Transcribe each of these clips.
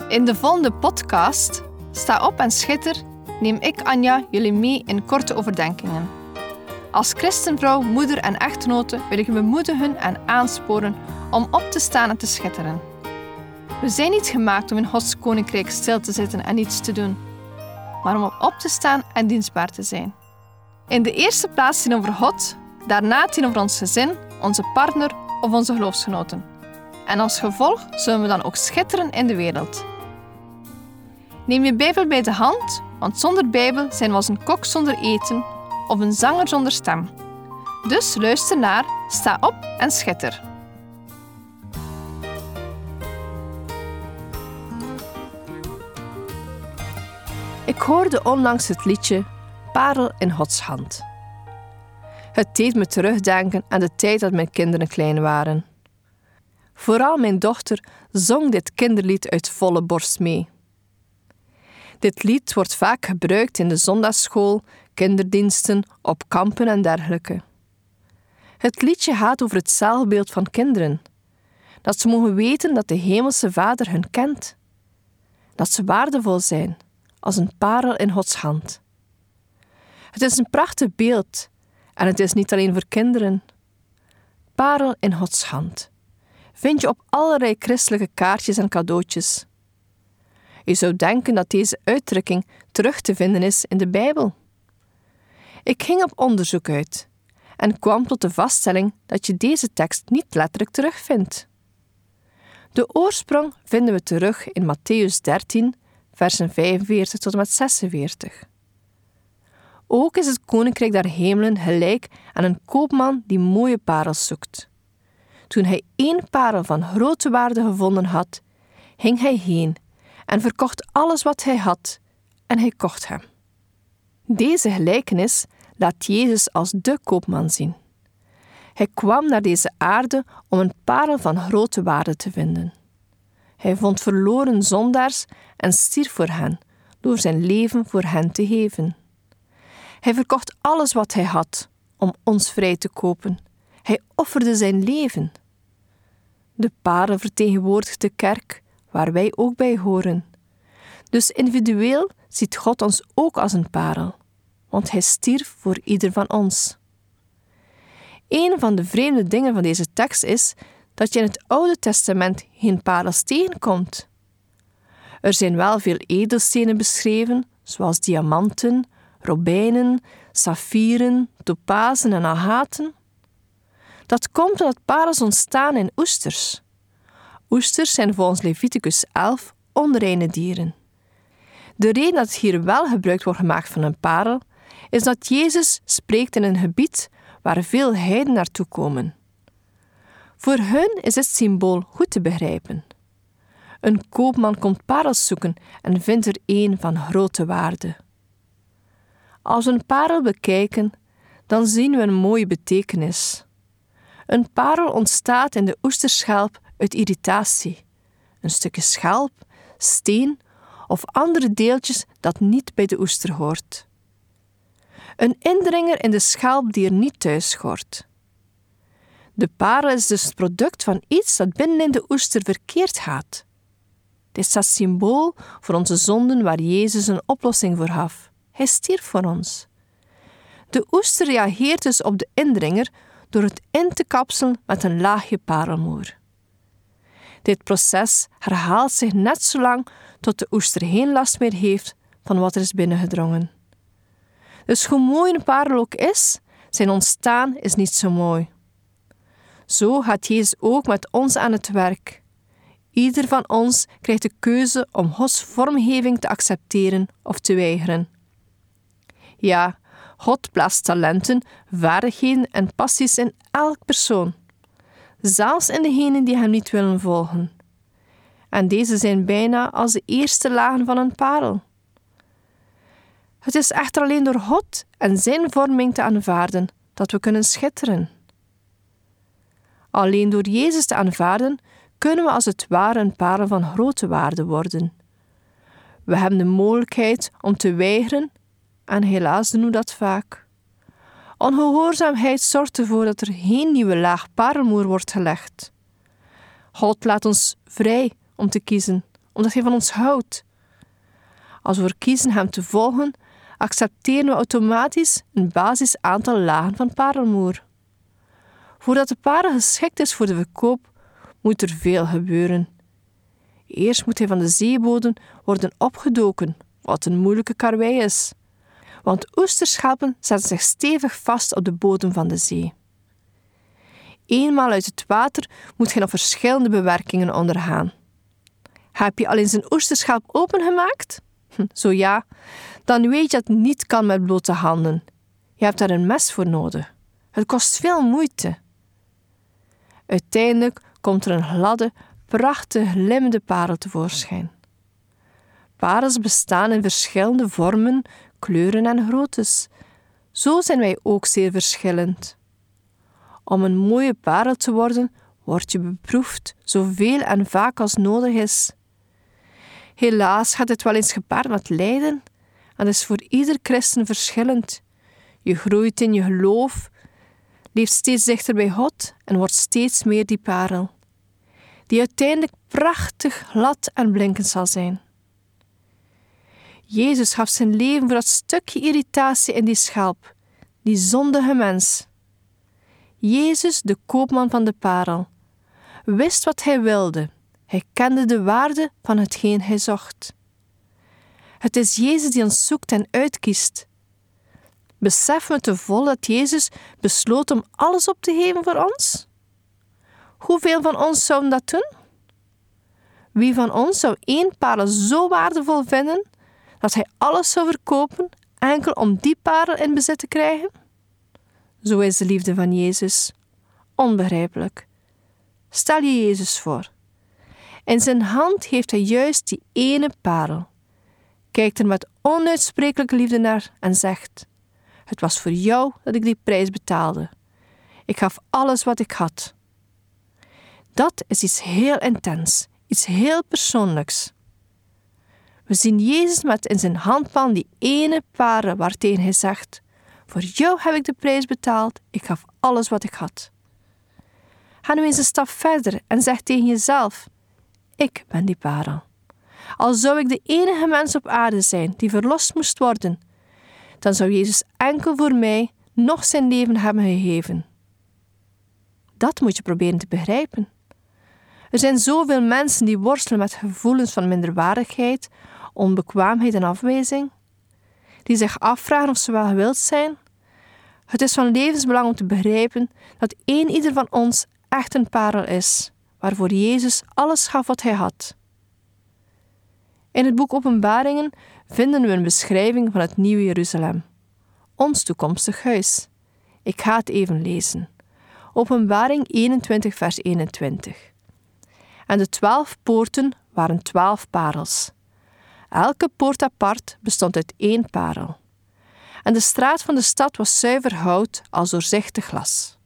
In de volgende podcast, Sta op en schitter, neem ik, Anja, jullie mee in korte overdenkingen. Als christenvrouw, moeder en echtgenote wil ik bemoedigen en aansporen om op te staan en te schitteren. We zijn niet gemaakt om in Gods koninkrijk stil te zitten en niets te doen, maar om op te staan en dienstbaar te zijn. In de eerste plaats tegenover God, daarna tegenover ons gezin, onze partner of onze geloofsgenoten. En als gevolg zullen we dan ook schitteren in de wereld. Neem je Bijbel bij de hand, want zonder Bijbel zijn we als een kok zonder eten of een zanger zonder stem. Dus luister naar, sta op en schitter. Ik hoorde onlangs het liedje Parel in Gods hand. Het deed me terugdenken aan de tijd dat mijn kinderen klein waren. Vooral mijn dochter zong dit kinderlied uit volle borst mee. Dit lied wordt vaak gebruikt in de zondagsschool, kinderdiensten, op kampen en dergelijke. Het liedje gaat over het zelfbeeld van kinderen. Dat ze mogen weten dat de Hemelse Vader hun kent. Dat ze waardevol zijn, als een parel in Gods hand. Het is een prachtig beeld en het is niet alleen voor kinderen. Parel in Gods hand vind je op allerlei christelijke kaartjes en cadeautjes. Je zou denken dat deze uitdrukking terug te vinden is in de Bijbel. Ik ging op onderzoek uit en kwam tot de vaststelling dat je deze tekst niet letterlijk terugvindt. De oorsprong vinden we terug in Mattheüs 13, versen 45 tot en met 46. Ook is het koninkrijk der hemelen gelijk aan een koopman die mooie parels zoekt. Toen hij 1 parel van grote waarde gevonden had, ging hij heen en verkocht alles wat hij had en hij kocht hem. Deze gelijkenis laat Jezus als de koopman zien. Hij kwam naar deze aarde om een parel van grote waarde te vinden. Hij vond verloren zondaars en stierf voor hen, door zijn leven voor hen te geven. Hij verkocht alles wat hij had om ons vrij te kopen. Hij offerde zijn leven. De parel vertegenwoordigt de kerk, waar wij ook bij horen. Dus individueel ziet God ons ook als een parel, want hij stierf voor ieder van ons. Een van de vreemde dingen van deze tekst is dat je in het Oude Testament geen parels tegenkomt. Er zijn wel veel edelstenen beschreven, zoals diamanten, robijnen, saffieren, topazen en agaten. Dat komt omdat parels ontstaan in oesters. Oesters zijn volgens Leviticus 11 onreine dieren. De reden dat hier wel gebruik wordt gemaakt van een parel, is dat Jezus spreekt in een gebied waar veel heiden naartoe komen. Voor hun is dit symbool goed te begrijpen. Een koopman komt parels zoeken en vindt er 1 van grote waarde. Als we een parel bekijken, dan zien we een mooie betekenis. Een parel ontstaat in de oesterschelp uit irritatie. Een stukje schelp, steen of andere deeltjes dat niet bij de oester hoort. Een indringer in de schelp die er niet thuis hoort. De parel is dus het product van iets dat binnenin de oester verkeerd gaat. Dit staat symbool voor onze zonden waar Jezus een oplossing voor gaf. Hij stierf voor ons. De oester reageert dus op de indringer door het in te kapselen met een laagje parelmoer. Dit proces herhaalt zich net zo lang tot de oester geen last meer heeft van wat er is binnengedrongen. Dus hoe mooi een parel ook is, zijn ontstaan is niet zo mooi. Zo gaat Jezus ook met ons aan het werk. Ieder van ons krijgt de keuze om Gods vormgeving te accepteren of te weigeren. Ja, God plaatst talenten, vaardigheden en passies in elk persoon. Zelfs in degenen die hem niet willen volgen. En deze zijn bijna als de eerste lagen van een parel. Het is echter alleen door God en zijn vorming te aanvaarden dat we kunnen schitteren. Alleen door Jezus te aanvaarden kunnen we als het ware een parel van grote waarde worden. We hebben de mogelijkheid om te weigeren en helaas doen we dat vaak. Ongehoorzaamheid zorgt ervoor dat er geen nieuwe laag parelmoer wordt gelegd. God laat ons vrij om te kiezen omdat hij van ons houdt. Als we kiezen hem te volgen, accepteren we automatisch een basis aantal lagen van parelmoer. Voordat de parel geschikt is voor de verkoop, moet er veel gebeuren. Eerst moet hij van de zeebodem worden opgedoken, wat een moeilijke karwei is. Want oesterschelpen zetten zich stevig vast op de bodem van de zee. Eenmaal uit het water moet hij nog verschillende bewerkingen ondergaan. Heb je al eens een oesterschelp opengemaakt? Zo ja, dan weet je dat het niet kan met blote handen. Je hebt daar een mes voor nodig. Het kost veel moeite. Uiteindelijk komt er een gladde, prachtig glimmende parel tevoorschijn. Parels bestaan in verschillende vormen, kleuren en groottes. Zo zijn wij ook zeer verschillend. Om een mooie parel te worden, word je beproefd, zoveel en vaak als nodig is. Helaas gaat dit wel eens gepaard met lijden, en dat is voor ieder christen verschillend. Je groeit in je geloof, leeft steeds dichter bij God en wordt steeds meer die parel, die uiteindelijk prachtig, glad en blinkend zal zijn. Jezus gaf zijn leven voor dat stukje irritatie in die schelp, die zondige mens. Jezus, de koopman van de parel, wist wat hij wilde. Hij kende de waarde van hetgeen hij zocht. Het is Jezus die ons zoekt en uitkiest. Beseffen we te vol dat Jezus besloot om alles op te geven voor ons? Hoeveel van ons zouden dat doen? Wie van ons zou 1 parel zo waardevol vinden dat hij alles zou verkopen enkel om die parel in bezit te krijgen? Zo is de liefde van Jezus. Onbegrijpelijk. Stel je Jezus voor. In zijn hand heeft hij juist die ene parel. Kijkt er met onuitsprekelijke liefde naar en zegt: het was voor jou dat ik die prijs betaalde. Ik gaf alles wat ik had. Dat is iets heel intens, iets heel persoonlijks. We zien Jezus met in zijn handpalm die ene parel waartegen hij zegt: voor jou heb ik de prijs betaald, ik gaf alles wat ik had. Ga nu eens een stap verder en zeg tegen jezelf: ik ben die parel. Al zou ik de enige mens op aarde zijn die verlost moest worden, dan zou Jezus enkel voor mij nog zijn leven hebben gegeven. Dat moet je proberen te begrijpen. Er zijn zoveel mensen die worstelen met gevoelens van minderwaardigheid, onbekwaamheid en afwijzing, die zich afvragen of ze wel gewild zijn. Het is van levensbelang om te begrijpen dat ieder van ons echt een parel is, waarvoor Jezus alles gaf wat hij had. In het boek Openbaringen vinden we een beschrijving van het nieuwe Jeruzalem, ons toekomstig huis. Ik ga het even lezen. Openbaring 21 vers 21. En de 12 poorten waren 12 parels. Elke poort apart bestond uit 1 parel. En de straat van de stad was zuiver hout als doorzichtig glas.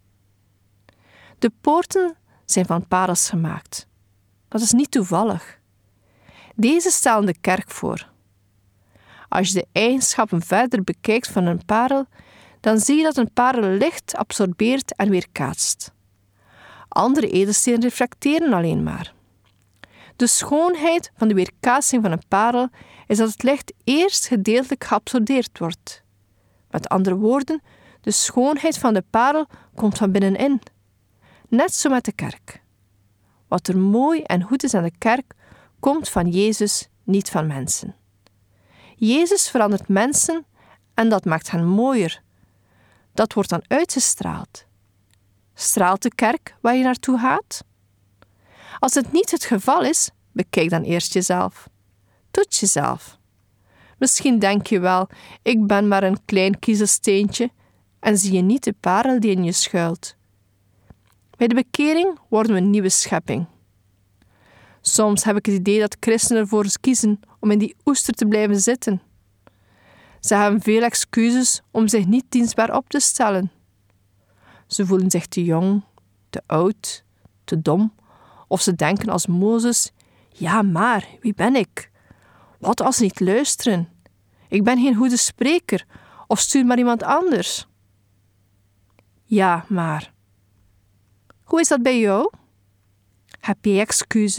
De poorten zijn van parels gemaakt. Dat is niet toevallig. Deze stellen de kerk voor. Als je de eigenschappen verder bekijkt van een parel, dan zie je dat een parel licht absorbeert en weerkaatst. Andere edelstenen reflecteren alleen maar. De schoonheid van de weerkaatsing van een parel is dat het licht eerst gedeeltelijk geabsorbeerd wordt. Met andere woorden, de schoonheid van de parel komt van binnenin. Net zo met de kerk. Wat er mooi en goed is aan de kerk, komt van Jezus, niet van mensen. Jezus verandert mensen en dat maakt hen mooier. Dat wordt dan uitgestraald. Straalt de kerk waar je naartoe gaat? Als het niet het geval is, bekijk dan eerst jezelf. Toets jezelf. Misschien denk je wel, ik ben maar een klein kiezelsteentje, en zie je niet de parel die in je schuilt. Bij de bekering worden we een nieuwe schepping. Soms heb ik het idee dat christenen ervoor kiezen om in die oester te blijven zitten. Ze hebben veel excuses om zich niet dienstbaar op te stellen. Ze voelen zich te jong, te oud, te dom, of ze denken als Mozes: ja, maar wie ben ik? Wat als ze niet luisteren? Ik ben geen goede spreker, of stuur maar iemand anders. Ja, maar. Hoe is dat bij jou? Heb je excuses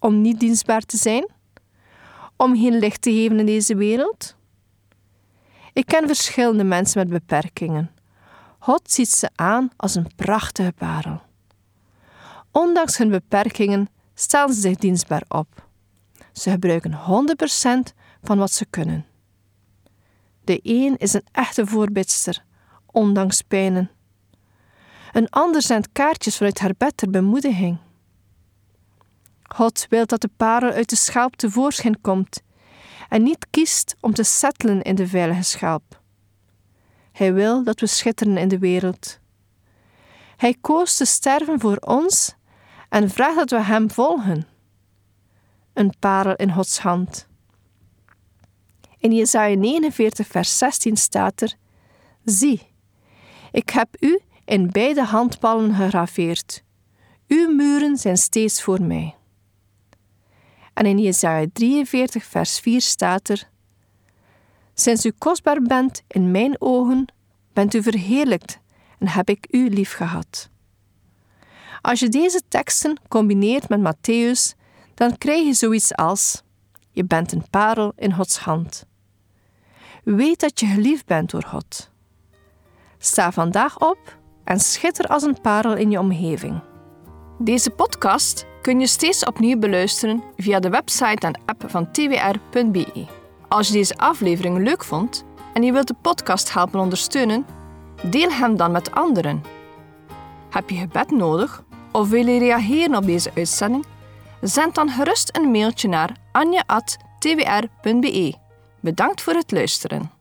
om niet dienstbaar te zijn? Om geen licht te geven in deze wereld? Ik ken verschillende mensen met beperkingen. God ziet ze aan als een prachtige parel. Ondanks hun beperkingen stellen ze zich dienstbaar op. Ze gebruiken 100% van wat ze kunnen. De een is een echte voorbidster, ondanks pijnen. Een ander zendt kaartjes vanuit haar bed ter bemoediging. God wil dat de parel uit de schelp tevoorschijn komt en niet kiest om te settelen in de veilige schelp. Hij wil dat we schitteren in de wereld. Hij koos te sterven voor ons en vraagt dat we hem volgen. Een parel in Gods hand. In Jesaja 49 vers 16 staat er: Zie, ik heb u in beide handpalmen gegraveerd. Uw muren zijn steeds voor mij. En in Jesaja 43 vers 4 staat er: Sinds u kostbaar bent in mijn ogen, bent u verheerlijkt en heb ik u lief gehad. Als je deze teksten combineert met Mattheüs, dan krijg je zoiets als: je bent een parel in Gods hand. Weet dat je geliefd bent door God. Sta vandaag op en schitter als een parel in je omgeving. Deze podcast kun je steeds opnieuw beluisteren via de website en app van twr.be. Als je deze aflevering leuk vond en je wilt de podcast helpen ondersteunen, deel hem dan met anderen. Heb je gebed nodig of wil je reageren op deze uitzending? Zend dan gerust een mailtje naar anja@twr.be. Bedankt voor het luisteren.